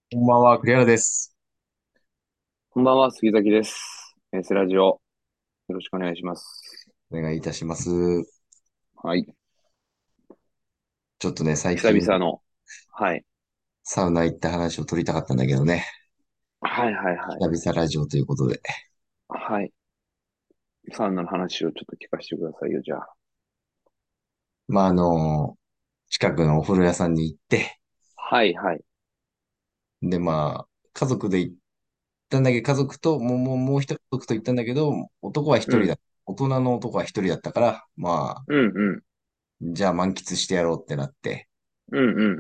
こんばんは、栗原です。 こんばんは、杉崎です。スラジオ、よろしくお願いします。 お願いいたします。 はい。 ちょっとね、最久近、 々の、はい。 サウナ行った話を取りたかったんだけどね。 はいはいはい。 久々ラジオということで。 はい。サウナの話をちょっと聞かせてくださいよ、じゃあ。 まあ、近くのお風呂屋さんに行って、 はいはい。 で、まあ、家族で行ったんだけど、家族と、もう一家族と行ったんだけど、男は一うん。 人だ。大人の男は一人だったから、まあ、 うんうん。 じゃあ満喫してやろうってなって。 うんうん。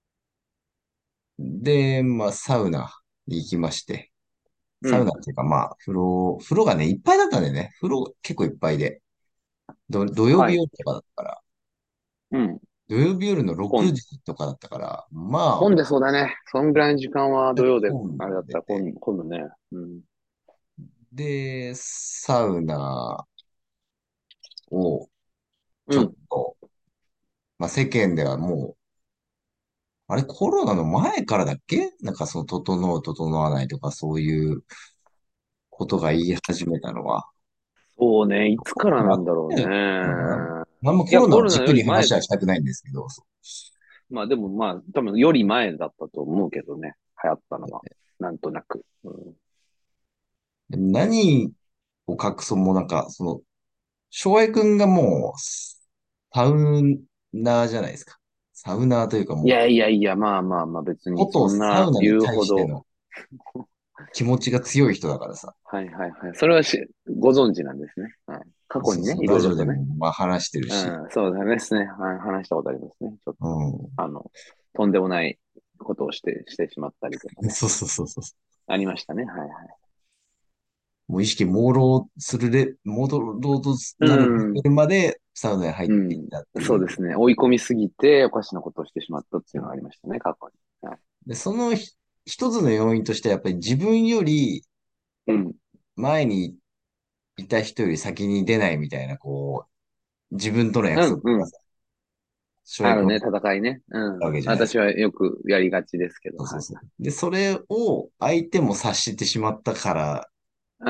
で、まあ、サウナに行きまして。 うん。 サウナっていうか、まあ、風呂がね、いっぱいだったんだよね。風呂結構いっぱいで。土曜はい。 日夜とかだったから、 うん。 土曜日夜の6 混ん、 時とかだったから、まあ、 混んでそうだね。そんぐらいの時間は土曜で、 混あれだったらんでて。 混むね。うん。 で、サウナをちょっうん。 と、まあ世間ではもう、あれコロナの前からだっけなんかその整う、整わないとかそういうことが言い始めたのは。 そうね。いつからまあ、 なんだろうね。 あんまいや、 コロナコロナを軸により前、 話はしたくないんですけど、 まあでもまあ、多分より前だったと思うけどね。流行ったのは。なんとなく。うん。 でも何を隠そうもうなんか、翔平くんがもう、サウナーじゃないですか。サウナーというかいやもう、 いやいや、まあまあまあ、別にそことんなサウナに言うほど、 対しての気持ちが強い人だからさ。 はいはいはい。それはご存知なんですね。はい。過去にね、 そうそう、 いラジろいろとね。 オでもまあ話してるし。 うん、そうだねですね。はい、話したことありますね。ちょっうと、 ん。 とんでもないことをしてしまったりとかね。 そうそうそうそう。 ありましたね。はいはい。 もう意識朦朧とうなるレベん、 ルまでサウナに入っていっうん。 たっていう。 そうですね。追い込みすぎておかしなことをしてしまったっていうのがありそましたね、過去に。はい。 う。で、その一つの要因としてやっぱり自分よりうん、 前にいた人より先に出ないみたいな、自分との約うん、うん。 束がさ、翔平君はあるね、戦いね。うん。 たわけじゃないですか。 私はよくやりがちですけど、はい。 そうそうそう。で、それを相手も察してしまったから、 うん。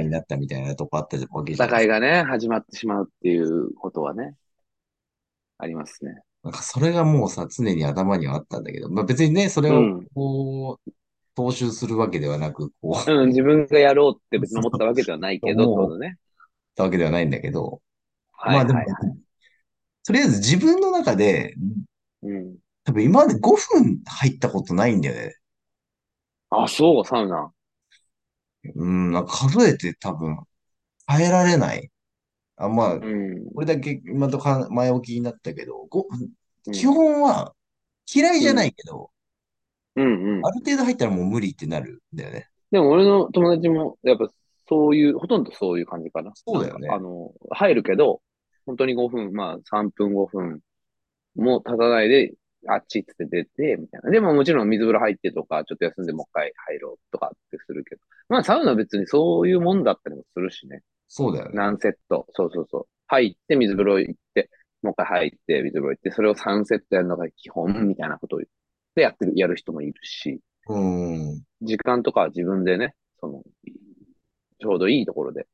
みたいになったみたいなとこあったわけじゃないですか。 戦いがね、始まってしまうっていうことはね、ありますね。 なんかそれがもうさ、常に頭にはあったんだけど、まあ別にね、それをうん。 踏襲するわけではなく、 うん、自分がやろうって別に思っそうたわけではないけど、ってこ思とね。 ったわけではないんだけど、 はいまあでも、 はいはい。 とりあえず自分の中で、 うん。 多分今まで5分入ったことないんだよね。 あ、そう、サウナ。 うん、なんか数えて多分耐えられない。あ、まあ、 うん。 これだけ今とか前置きになったけど、基うん。 本は嫌いじゃないうん。 けど、 うん。うん。 ある程度入ったらもう無理ってなるんだよね。 でも俺の友達も、やっぱそういう、ほとんどそういう感じかな。なんか、 そうだよね。 入るけど、本当に5分、まあ3分5分も経たないで、あっち行って出て、みたいな。でももちろん水風呂入ってとか、ちょっと休んでもう一回入ろうとかってするけど。まあサウナは別にそういうもんだったりもするしね。 そうだよね。 何セット。そうそうそう。入って、水風呂行って、もう一回入って、水風呂行って、それを3セットやるのが基本みたいなことをでやる人もいるし、 うん。 時間とかは自分でね、ちょうどいいところで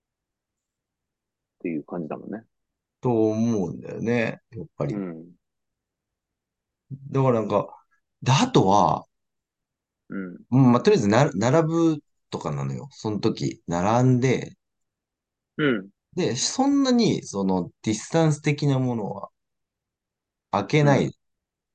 っていう感じだもんね。 と思うんだよね。やっぱり。 うん。 だからなんか、で、あとは、 うん。 うん、まあ、とりあえず並ぶとかなのよ。その時、並んで、 うん。 で、そんなに、ディスタンス的なものは開けうん。 ないで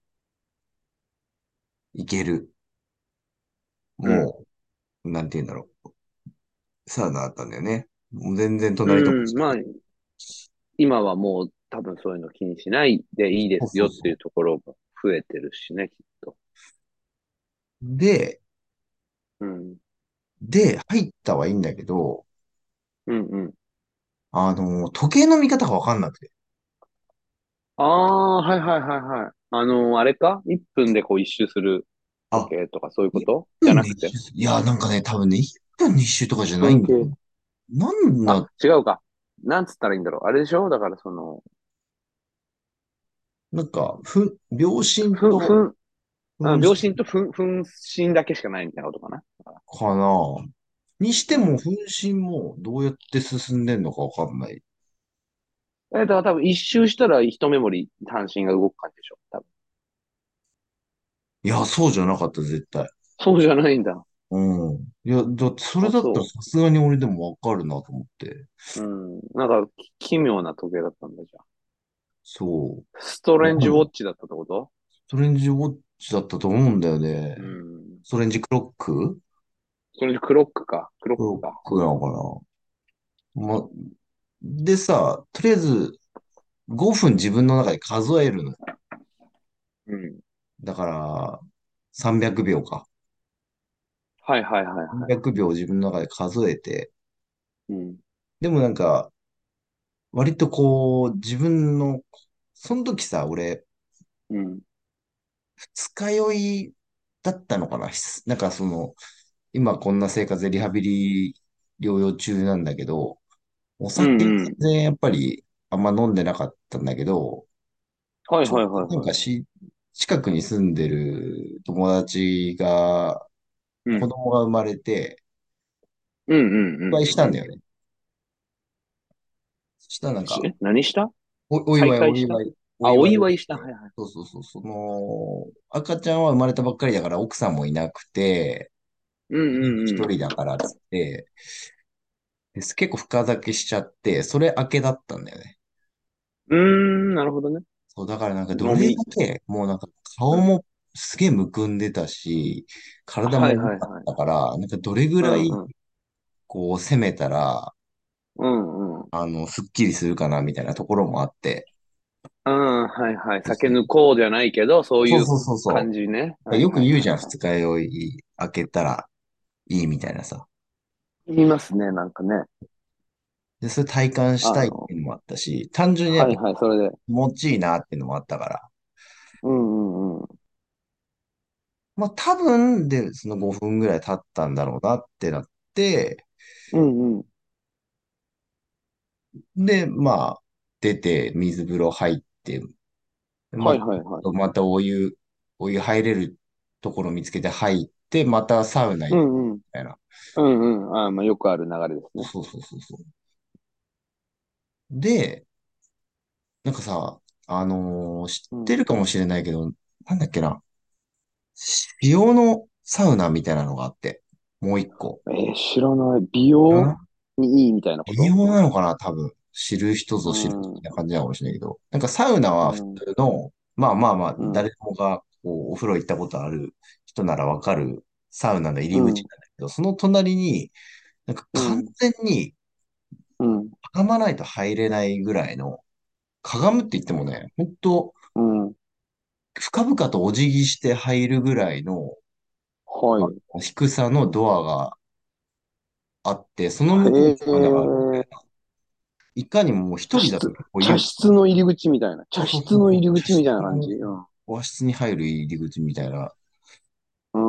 いける。 うん。 もなんて言うんだろう。サウナあったんだよね。もう全然う隣とかん。まあ、今はもう多分そういうの気にしないでいいでそうすよっていうそうそところも増えてるしね、きっと。 う。 うん。 入ったはいいんだけど、 うん。うん。 時計の見方がわかんなくて。 ああ、はいはいはいはい。あれか？ 1 分でこう一周する時あ、 計とかそういうこ 1 とじゃ分なくて。 で一周いや、なんかね、多分ね、1分に一周とかじゃない分計。 んだよ。なんあ、 だ、 違うか。なんつったらいいんだろう。あれでしょだからなんか、秒針ふん、ふと、 ん。 あ、 分身秒針と分身だけしかないみたいなことかな。 かな。にしても、 うん。 分身もどうやって進んでんのかわかんない。 だから多分一周したら一メモリ単身が動く感じでしょ。多分。 いや、そうじゃなかった、絶対。 そうじゃないんだ。 うん。いや、だってそれあ、 だったらそさすがに俺でもわかるなと思って。 う。うん。なんか、奇妙な時計だったんだじゃあ。 そストう。 レンジウォわかんない。 ッチだったってこと？ ストレンジウォッチだったと思うんだよね。 うん。 ストレンジクロックそれでクロックか。クロックロクか。 ックなのかな。でさ、とりあえず5分自分の中で数えるの。 うん。 だから、300秒か。 はいはいはいはい。 300秒自分の中で数えて、 うん。 でもなんか、割とこう、自分の、その時さ、俺、 うん。 二日酔いだったのかな。なんかその、今こんな生活でリハビリ療養中なんだけど、おう酒全んうん。 然やっぱりあんま飲んでなかったんだけど、ちょっはいはいはいはい。 となんか近くに住んでる友達が、 うん。 子供が生まれて、 うんうんお祝いうんうん。 したんだよね。そしたらなんか、 何した？ お祝い、 再会した？ お祝い、おあ、お祝いを祝いした。はして、 いはい。 そうそうそう、その、赤ちゃんは生まれたばっかりだから奥さんもいなくて、 うん家に一うんうん。 人だからっつって、結構深酒しちゃって、それ明けだったんだよね。 うーん、なるほどね。 そう、だからなんかどれだ飲み。 け、もうなんかうん。 顔もすげえむくんでたし、体はいも重かっはいはい。 たから、なんかどれぐらい、 うんうん。 こう、攻めたら、 うんうん。 すっきりするかな、みたいなところもあって、 うん、はいはい。酒そう抜こうじゃないけど、そういうそうそうそうそ感じね。 う。 はいよくはいはいは言うじゃん、二日酔い明けたらいいみたいなさ。 い。言いますね、なんかね。 で、それ体感したいってあの、 いうのもあったし、単純にやっぱ気はいはい、それで。 持ちいいなっていうのもあったから、 うんうんうん。 まあ多分で、その5分ぐらい経ったんだろうなってなって、 うんうん。 で、まあ、出て、水風呂入って、 はいはいはい。 またお湯入れるところ見つけて入って、またサウナ行くうんうん。 みたいな。 うんうん。あ、まあよくある流れですね。 そうそうそうそう。で、なんかさ、知うん。 ってるかもしれないけど、なんだっけな、塩のサウナみたいなのがあって、もう一個。 知らない。美容あにいいみたいなこ微と？ 妙なのかな多分。知る人ぞ知るうん。う的な感じなのかもしれないけど。なんかサウナは普ん。 通の、まあまあまあ、 うん。 誰もがこうお風呂行ったことある人ならわかるサウナの入り口うん。 なんだけど、その隣に、なんか完うん。 全にうん。 かがまないと入れないぐらいの、かがむって言ってもね、ほんとうん。 深々とお辞儀して入るぐらいのはい。 低さのドアがあって、その向こうにへサウナがあるみたいえ。 な。いかにももう一人だと結構茶勇気が。 室の入り口みたいな。茶そうそう室の入そうそう。茶り口みたいな室の感じ。うん。 和室に入る入り口みたいな。 うん。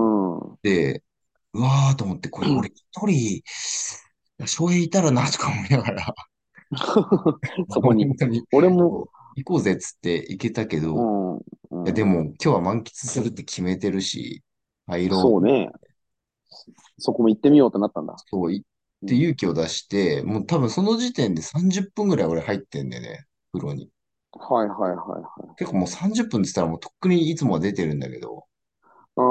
で、うわーと思って、これ俺一人、そういたらなとか思いながら、 そこに。 本当に、 俺も、 行こうぜっつって行けたけど、 うん。 でうん。 も今日は満喫するって決めてるし、入ろうと、 そうね。そこも行ってみようとなったんだ。 そう言ってうん。 勇気を出して、もう多分その時点で30分ぐらい俺入ってんだよね、風呂に。 はいはいはいはい。 結構もう30分って言ったらもうとっくにいつもは出てるんだけど、 うん。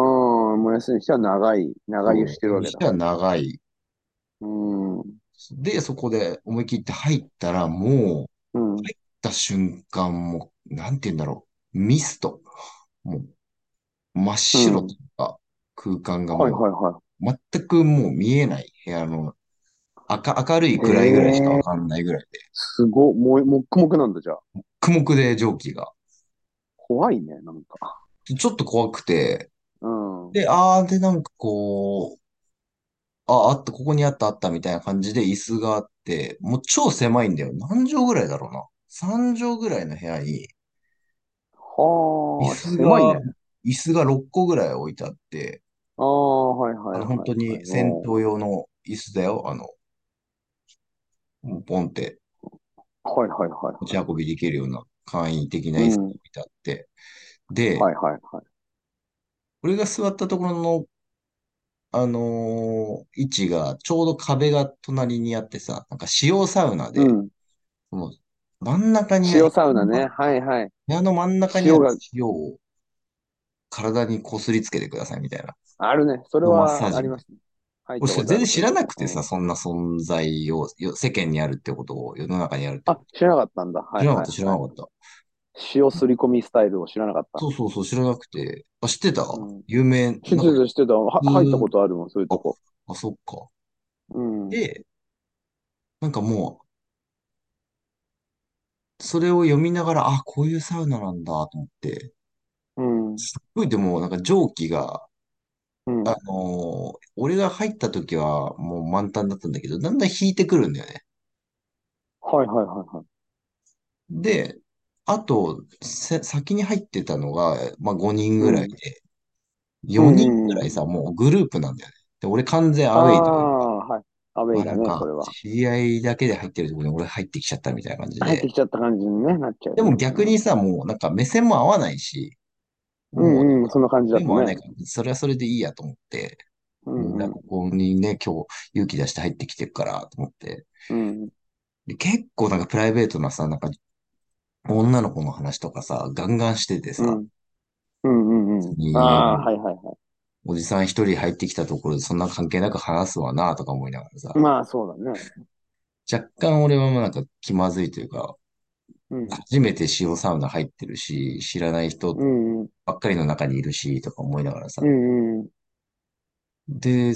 もやすにしては長湯しそう、 てるわけだ。 にしては長い。 うん。うん。 で、そこで思い切って入ったらもう、 うん。 入った瞬間もう、なんて言うんだろう。ミスト。もう真っ白というか、空間がはいもはいはう、全くもう見えない部屋の明るいい。へ暗いぐらいしかわえ。 かんないぐらいで、 もっくもくなんだ、じゃあ。 曇くで蒸気が。 怖いね、なんか。 ちょっと怖くて、 うん。 で、で、なんかこう、ここにあったあったみたいな感じで椅子があって、もう超狭いんだよ。何畳ぐらいだろうな。3畳ぐらいの部屋に、椅はあ、 子が、 狭いね。 椅子が6個ぐらい置いてあって、 ああ、はいはい本当はいはい。 に戦おー、 闘用の椅子だよ。ポンってはいはいはい持ちはい。 運びできるような簡易的なう椅子がん。 置いてあって。で、 はいはいはい。 俺が座ったところの、位置が、ちょうど壁が隣にあってさ、なんか使用サウナで、 うん。 その真ん中にあ、 塩サウナね。はいはい。 部屋の真ん中にある塩が塩を体にこすりつけてくださいみたいな。 あるね。それのマッサージみたいな。 はありますね。入っ俺、 たことある、 それ全然知そういうとこ。 らなくてさ、そんな存在を、世間にあるってことを、世の中にあるってあ、 こと。 知らなかったんだ。はい知らなかった、知らはいはい。 なかった。 塩すり込みスタイルを知らなかった。 そうそうそう、知らなくて。あ、知ってた？ うん。 有名、 知ってなんか、 た知ってた。入った普通、 ことあるもん、そういうとあ、 こ。 そっか。 うん。 で、なんかもう、それを読みながら、あ、こういうサウナなんだと思って、 うん。 すっごいでも、なんか蒸気が、 うん。 俺が入った時はもう満タンだったんだけど、だんだん引いてくるんだよね。 はいはいはいはい。 で、あと、先に入ってたのが、まあ5人ぐらいうん。 で、 う 4人ぐんうんうん。 らいさ、もうグループなんだよね。で、俺完全あアウェイだから、 あ、はい。アウェまイだね、そあなんか、 れは。 知り合いだけで入ってるところに俺入ってきちゃったみたいな感じで。 入ってきちゃった感じにね、なっちゃうでもよね。うん。 逆にさ、もうなんか目線も合わないし、 うもうなんか、 んうん、そんな感じだ目ったね。 も合わないから、それはそれでいいやと思って、 うんうん。 もう俺はここにね、今日勇気出して入ってきてるからと思って。 うん。 で、結構なんかプライベートなさ、なんか女の子の話とかさ、ガンガンしててさ、 うん。うんうんうん。ああ、 に、 はいはいはおじさん一人入ってきたところでそんな関係なく話すわなとか思いながらい。 さ、 まあ、そうだね。 若干俺はもうなんか気まずいというか、 うん。 初めて塩サウナ入ってるし、知らない人うんうん。 ばっかりの中にいるし、とか思いながらうさ。 んうん。 で、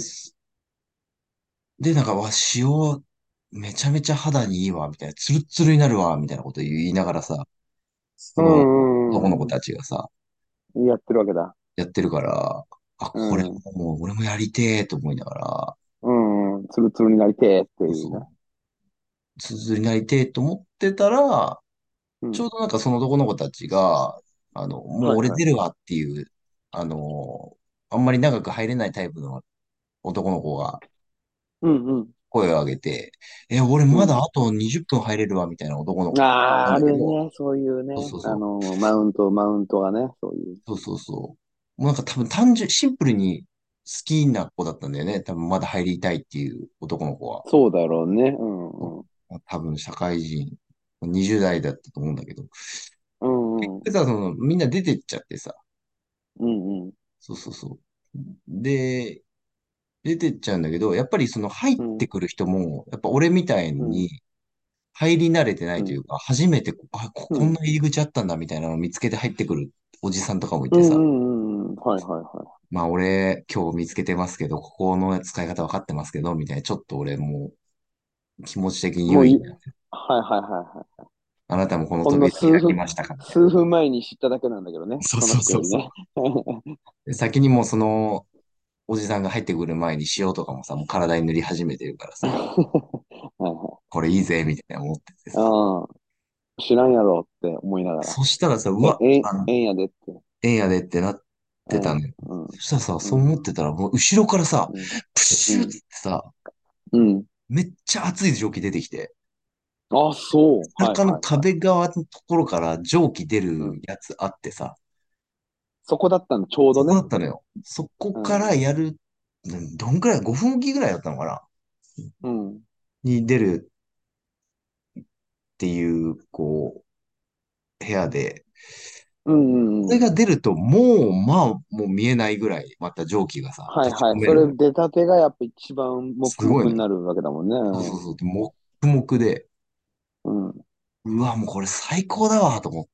なんか、塩めちゃめちゃ肌にいいわ、みたいな、ツルッツルになるわ、みたいなこと言いながらさ、 うその男の子んうんたちがさ、 うん。やってるわけだ。 やってるから、あ、 うこれん。 もう俺もやりてえと思いながら、 うんうん。ツルツルになりてーっていうね。 そうそう、ツルツルになりてえと思ってたら、 うん。 ちょうどなんかその男の子たちが、もうはいはい。 俺出るわっていう、あんまり長く入れないタイプの男の子がうんうん。 声を上げて、俺まだうん。 あと20分入れるわみたいな男の子なああ、あんだけど、 るね。そういうね。 そうそうそう。 マウントがね。そういう。 そうそうそう。もうなんか多分単純、シンプルに好きな子だったんだよね。多分まだ入りたいっていう男の子は。 そうだろうね。うんうん。 多分社会人、20代だったと思うんだけど。 うんうん。 でさ、みんな出てっちゃってさ。 うんうん。 そうそうそう。で、出てっちゃうんだけど、やっぱりその入っうん。 てくる人も、やっぱ俺みたいうん。 に入り慣れてなうん。 いというか、初めて、こんうん。 な入り口あったんだみたいなのを見つけて入ってくるおじさんとかもいてさ。 うんうんうん。はいはいはまあ俺今日見つけてますけど、ここの使い方分かってますけど、みたいな、ちょっと俺もう気持ち的にい。もうい、 優位になって、 はいはいはいはい。 あなたもこのほんの扉開きましたかみたいな。 数分前に知っただけなんだけどね。 そうそのそうそうそ人よりね。 う。で先にもうそのおじさんが入ってくる前に塩とかもさ、もう体に塗り始めてるからさ、 はいはこれいいぜ、みたいな思っててい。 さ。 ああ、知らんやろって思いながら。 そしたらさ、うわ、 えんやでって。 えんやでってなっうん、 てたのよ。 うん、 そしたらさ、そううん、 思ってたら、もう後ろからさ、 うん、 プシュッってうん、 さ、 うん。 めっちゃ熱い蒸気出てきて、 あ、そう。はい中のはいはい。 壁側のところから蒸気出うん。 るやつあってさ、 そこだったの、ちょうどそこだね。 ったのよ。そこからうん、 やる、どんくらい？ 5 分おきぐらいだったのかなうん、 に出るっていう、こ部屋で、 うん、うん。うん。 これが出ると、もう、まあ、もう見えないぐらい、また蒸気がさ、立ちはいはい。それ込めるのよ。 出たてがやっぱ一番黙すごいのよ。 々になるわけだもんね。 そうそうそう。でもっくもくで、 うん。うん。 うわ、もうこれ最高だわ、と思って、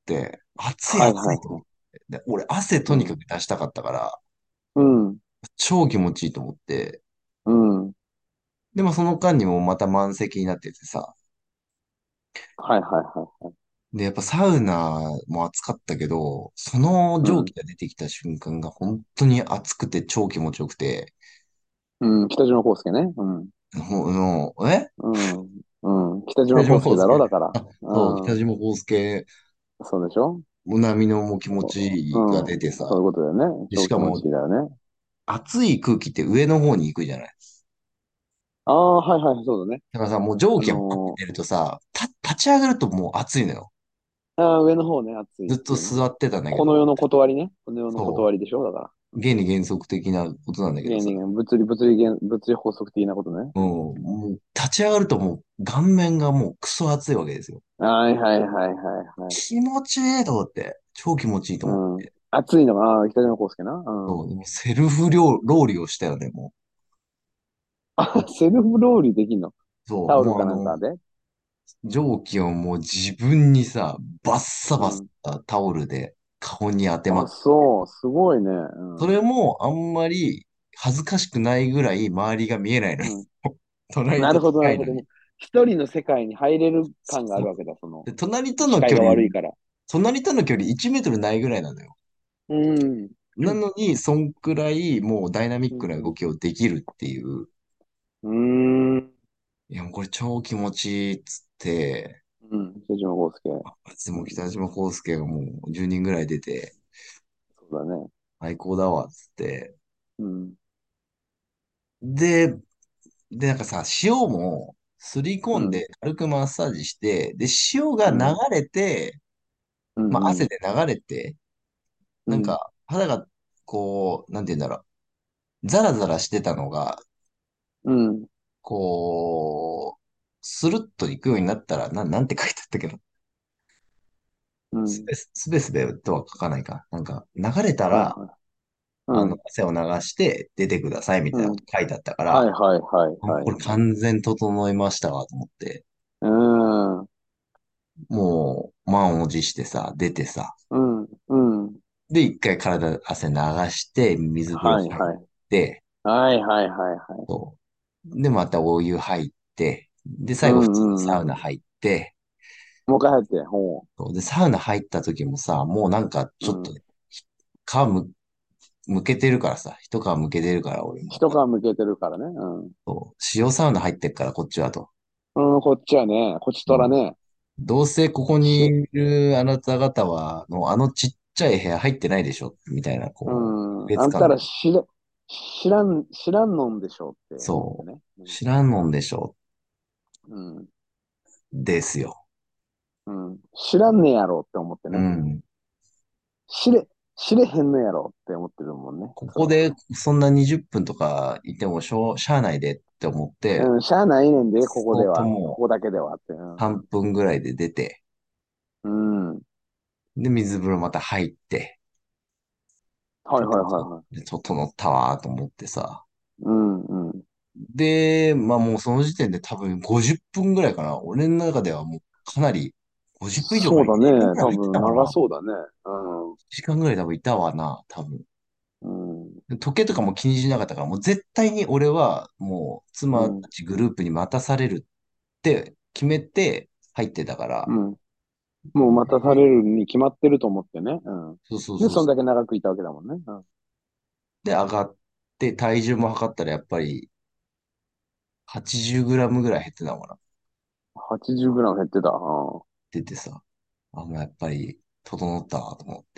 暑いはい暑いと思っはいはい。 て。で、俺、汗とにかくうん。 出したかったから、 うん。 超気持ちいいと思って、 うん。 でもその間にもまた満席になっててさ、 はいはいはいはい。 で、やっぱサウナも暑かったけど、そのうん。 蒸気が出てきた瞬間が本当に暑くて超気持ちよくて、 うん。北島康介ね。うん。 もう、 うん。うん。北島北島康介だろ康介。 だから。 あ、そう、 うん。 北島康介そうでしょ？ 並みのもう気持ちいいがうん。 出てさ、 そういうことだよね。 で、し超気持ちかもいいだよね。 暑い空気って上の方に行くじゃない。 ああ、はいはい、そうだね。 だからさ、もう蒸あ気がバッての出るとさ、立ち上がるともう暑いのよ。 ああ、上の方ね、暑いっずっとていうね。 座ってたんだけど、 この世の断りね。この世のそう。 断りでしょだから。 原理原則的なことなんだけどさ、 原理が、物理法則的なことね。 うん、もう立ち上がるともう顔面がもうクソ熱いわけですよ。 はいはいはいはいはい。 気持ちいいと思って、超気持ちいいと思っうん。 て。 暑いのが、北島康介な。うん。 そう、でもセルフローリーをしたよね、もあ、セルフローリーできんの？ う。そう、 タオルかもうなんかで？ 蒸気をもう自分にさ、バッサバッうん。 サタオルで顔に当てまあ、 くって。 そう。すごいね。うん。 それもあんまり恥ずかしくないぐらい周りが見えないの。 うん。 隣となるほど、なるほど。 近いのに。 一人の世界に入れる感があそう。 るわけだ、その、 で、隣と視界がの距離、 悪いから。 隣との距離1メートルないぐらいなのよ。 うん。 なのに、そんくらいもうダイナミックな動うん。 きをできるっていう。 うん。うーん。 いや、もうこれ超気持ちいいっつって、 うん。北島康介。 あいつもうん。 北島康介がもう10人ぐらい出て、 そうだね。 最高だわっつって。 うん。 で、なんかさ、塩もすり込うん。 んで軽くマッサージして、で、塩が流うん。 れて、まあ、 うん。うん。 汗で流れて、 うん。 なんか肌がこう、なんて言うんだろう、ザラザラしてたのが、 うん。 こう、スルッといくようになったら、なんて書いてあったけど、 うん。 すべすべとは書かないか。なんか、流れたら、 はいはい。うん。 汗を流して出てくださいみたいなうん。 こと書いてあったから、 はいはいはいはいこれはい。 完全整いましたわと思って、 うーん。 もう満を持してさ、出てさ、 うん。うん。 で、一回汗流して、水風呂入っはいはい。 て、 はいはいはいはい。 そう。で、またお湯入って、で、最後普うん通にサうんうん。 ウナ入って、 もう一回入って、ほそうで、サウナ入った時もさ、もうなんかう。 ちょっとうん。 皮むけてるからさ、一皮むけてるから俺も。 一皮向けてるからね。うん。 そう塩サウナ入ってっからこっちはと。 うん、こっちはね、こっちとらうん。 ね、 どうせここにし、 いるあなた方は、あのちっちゃい部屋入ってないでしょみたいな、 うこう、 ん、あんた別感。 ら知らんのんでしょって思ってそう。 ね。うん。 知らんのんでしょうん。 ですよ。 うん。知らんねやろって思ってね。 うん。 知れ、知れへんのやろって思ってるもんね。それは。 ここでそんな20分とかいてもしゃあないでって思って、 うん、しゃあないねんで、ここでそうとは。こもこだけではって。うん。 3分ぐらいで出て、 うん。はいで、水風呂また入って、 はいはいはい。 で、整ったわと思ってさ。 うん、うん。 で、まあもうその時点で多分50分ぐらいかな。俺の中ではもうかなり、50分以上かな。 そうだ 1時間ね。 ぐらい入って多分たかな。 長そうだね。 1時間ぐらい多分いたわな、多分。 うん。うん。 時計とかも気にしなかったから、もう絶対に俺はもう妻たうん。 ちグループに待たされるって決めて入ってたから。 うん。もう待たされるに決まってると思ってね。うん。で、 そうそうそう。 そんだけ長くいたわけだもんね。うん。 で、上がって体重も測ったらやっぱり80グラムぐらい減ってたのかな。 80グラム減ってた。うん。 出てさ。あ、もうやっぱり整ったわと思って。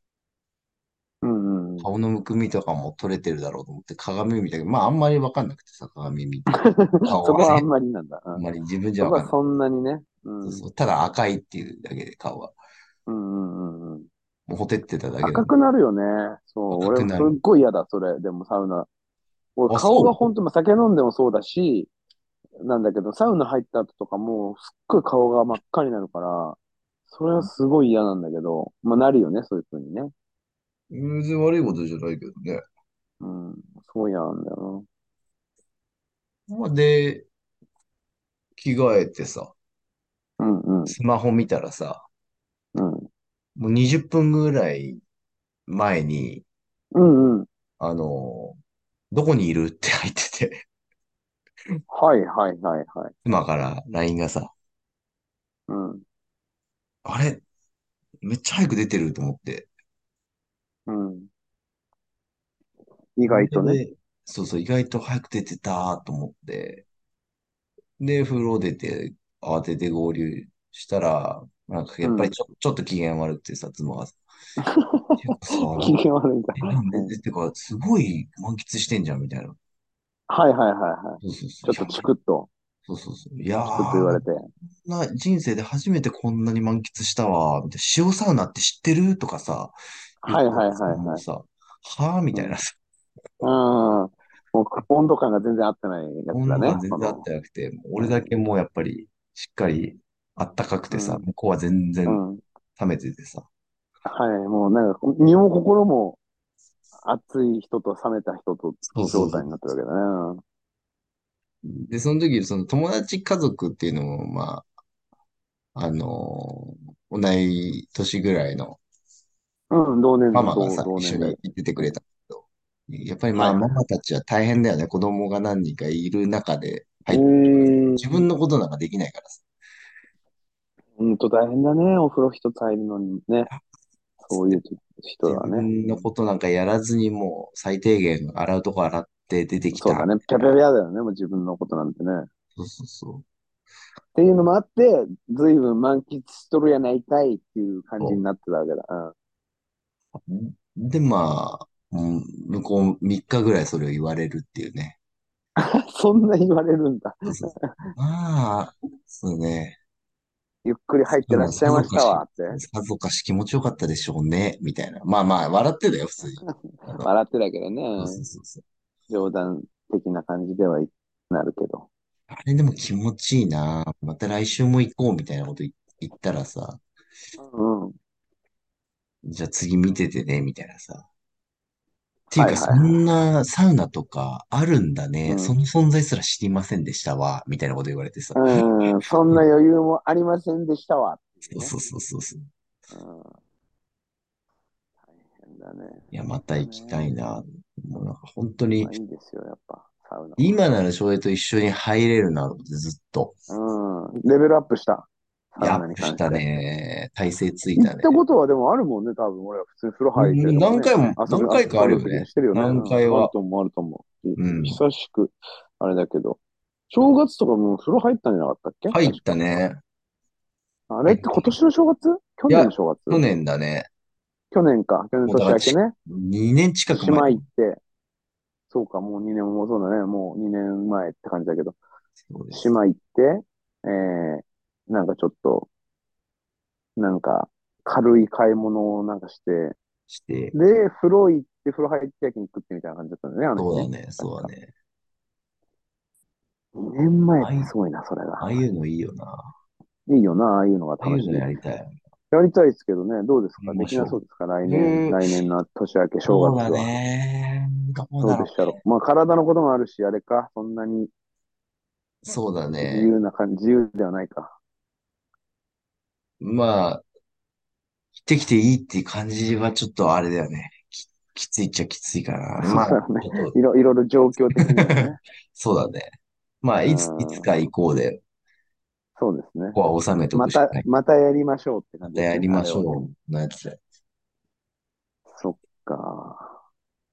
うんうん。 顔のむくみとかも取れてるだろうと思って鏡見たけど、まああんまりわかんなくてさ、鏡見て。顔はね、 そこはあんまりなんだ。うん。 あんまり自分じゃわかんない。 そこはそんなにね。うん。 そうそう。ただ赤いっていうだけで顔は。 うんうんうんうん。 もうほてってただけなの。 赤くなるよね。そう。俺、すっ赤くなる。 ごい嫌だ、それ。でもサウナ。俺、 あ、 顔がそう本当、まあ、酒飲んでもそうだし、なんだけど、サウナ入った後とかも、すっごい顔が真っ赤になるから、それはすごい嫌なんだけど、まあ、なるよね、そういう風にね。 全然悪いことじゃないけどね。 うん。すごい嫌なんだよまあで、着替えてさ、 な。うんうん。 スマホ見たらさ、 うん。 もう20分ぐらい前に、 うんうん。 あの、どこにいるって入ってて、 はいはいはいはい。 妻から LINE がさ、 うん。 あれめっちゃ早く出てると思って。 うん。意外とね。 で、そうそう、意外と早く出てたと思って。で、風呂出て、慌てて合流したら、なんかやっぱりうん。 ちょっと機嫌悪くてさ、妻がさ、てかさ、 機嫌悪いんだ。 なんで、 うん。 てか、すごい満喫してんじゃん、みたいな。 はいはいはいはい。 そうそうそう。 ちょっとチクッと、 そうそうそう。いやチクッと言わー、 れて。 人生で初めてこんなに満喫したわ、みたいな。塩サウナって知ってるとかさ、言っはいはいたらさ、 はいはい。 もうさ、 はぁみたいな。 うん。もう温度感が全然合ってないやつ温度だね。 感全然あってなくて、俺だけうもうやっぱりしっかりあったかくてさ、 ん。 向こうは全然うん。うん。 冷めててさ。 はい。もうなんか、身も心も熱い人と冷めた人とそうそうそう。 状態になってるわけだね。 で、その時、その友達家族っていうのも、まあ、同い年ぐらいのうん。同年度、 ママがさ、一緒同年代。 に行っててくうん。 れたけど、やっぱりまあ、マはいはい。 マたちは大変だよね。子供が何人かいる中でう入ってくる。自ーん。 分のことなんかできないからさ。 ほんと大変だね。お風呂一つ入るのにね。そういう人自はね。 分のことなんかやらずにもう最低限洗うとこ洗って出てきた。 そうだね。ぴゃぴゃぴゃだよね。もう自分のことなんてね。っそうそうそていうのもあって、ずいぶん満喫しとるやないかいっていう感じにう。 なってたわけだ。うん。 で、まあ、向こう3日ぐらいそれを言われるっていうね。 そんな言われるんだ。 そうそうそう。まあ、そうね。 ゆっくり入ってらっしゃいましたわって。 さぞかし気持ちよかったでしょうね、みたいな。まあまあ、笑ってたよ、普通に。 笑ってたけどそうそね。 うそうそう。 冗談的な感じではなるけど。 あれでも気持ちいいな。また来週も行こう、みたいなこと言ったらさ、 うんうん。 じゃあ次見ててね、みたいなさ。っていうか、 はいはいそんはなサウナとかあるんだい。うね。そん。 の存在すら知りませんでしたわ、みたいなこと言われてさ。 うん、そんな余裕もありませんでしたわっていうね。 そうそうそうそうそう。 うん、大変だね。 いや、まほんとた行きたいね。 な。もうなんか本当に、 まあいいですよ、やっぱ、サウナは。 今なら翔平と一緒に入れるな、ずっと。 うん。レベルアップした。 いや、アッサウナにプした関して。 ね。体勢つい行ったね。 たことはでもあるもんね、多分。俺は普通に風呂入りたいとかね。 何回かあ遊ぶときにはるよね。 してるよね。 何回うん。あるは。 と思う、あると思う。 うん。 久しく、あれだけど。正月とかも風呂入ったんじゃなかったっけ入っ確か。 たね。 あれって今入った。 年の正月去いや、 年の正月去年だね。 去年か。去年もうだから年明けね。 2年近く前だ。 島行って、そうか、もう2年もそうだね。もう2年前って感じだけど。 そうです。 島行って、なんかちょっと、なんか、軽い買い物をなんかして、 して、 で、風呂行って、風呂入って焼肉食ってみたいな感じだったんだよね、あの日ね。 そうだね、 確か。 そうだね。 2年前っああい、 てすごいな、それが。 ああいうのいいよな。あいいよな、ああいうのがあいうの楽しい。 やりたい。 やりたいですけどね、どうですやりか？できなましょそうですか？来う。 年、来年の年明け正そうだ月は。 ね。どうどうだろでしたろう。まあ、体のこともあるし、あれか、そんなにう。そうだ自ね。 由な感じ、自由ではないか。 まあ、来てきていいっていう感じはちょっとあれだよね。きついっちゃきついかな。まあ、 そうだよね。 ちょっといろいろ状況的にはね。 そうだね。まあ、 ういつかん、 行こうで、 そうですね。 ここは収めておくしかない。 またやりましょうってま感じですね、 たやりまあれをね。 しょう。のやつで。 そっか。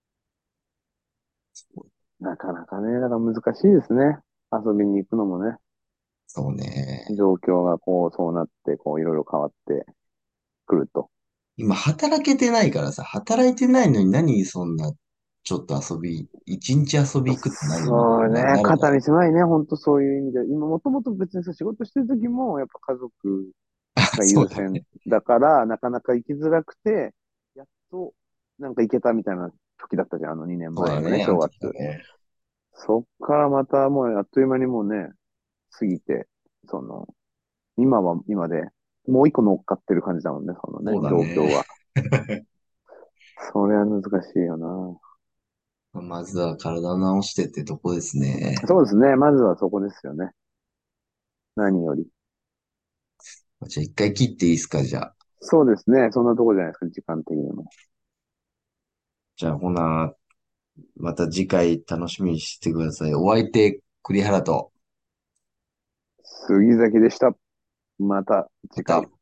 なかなかね、だから難しいですね。遊びに行くのもね。 そうね。 状況がこう、そうなって、こう、いろいろ変わってくると。 今働けてないからさ、働いてないのに何そんな、ちょっと一日遊び行くって何みたいそうね、 な、なるから。 肩身狭いね、本当そういう意味で。今、もともと別にさ仕事してる時も、やっぱ家族が優先そうだね。 だから、なかなか行きづらくて、やっと、なんか行けたみたいな時だったじゃん、あの2年前のね、 そうだね。あの正月。 時だね。 そっからまたもうあっという間にもうね、過ぎて、その、今は今で、もう一個乗っかってる感じだもんね、そのね、 そうだね。 状況は。それは難しいよな。 まずは体を直してってとこですね。 そうですね、まずはそこですよね。何より。 じゃあ一回切っていいですか、じゃあ。 そうですね、そんなとこじゃないですか、時間的にも。 じゃあほな、また次回楽しみにしてください。お相手、栗原と、 杉崎でした。また次回。 また。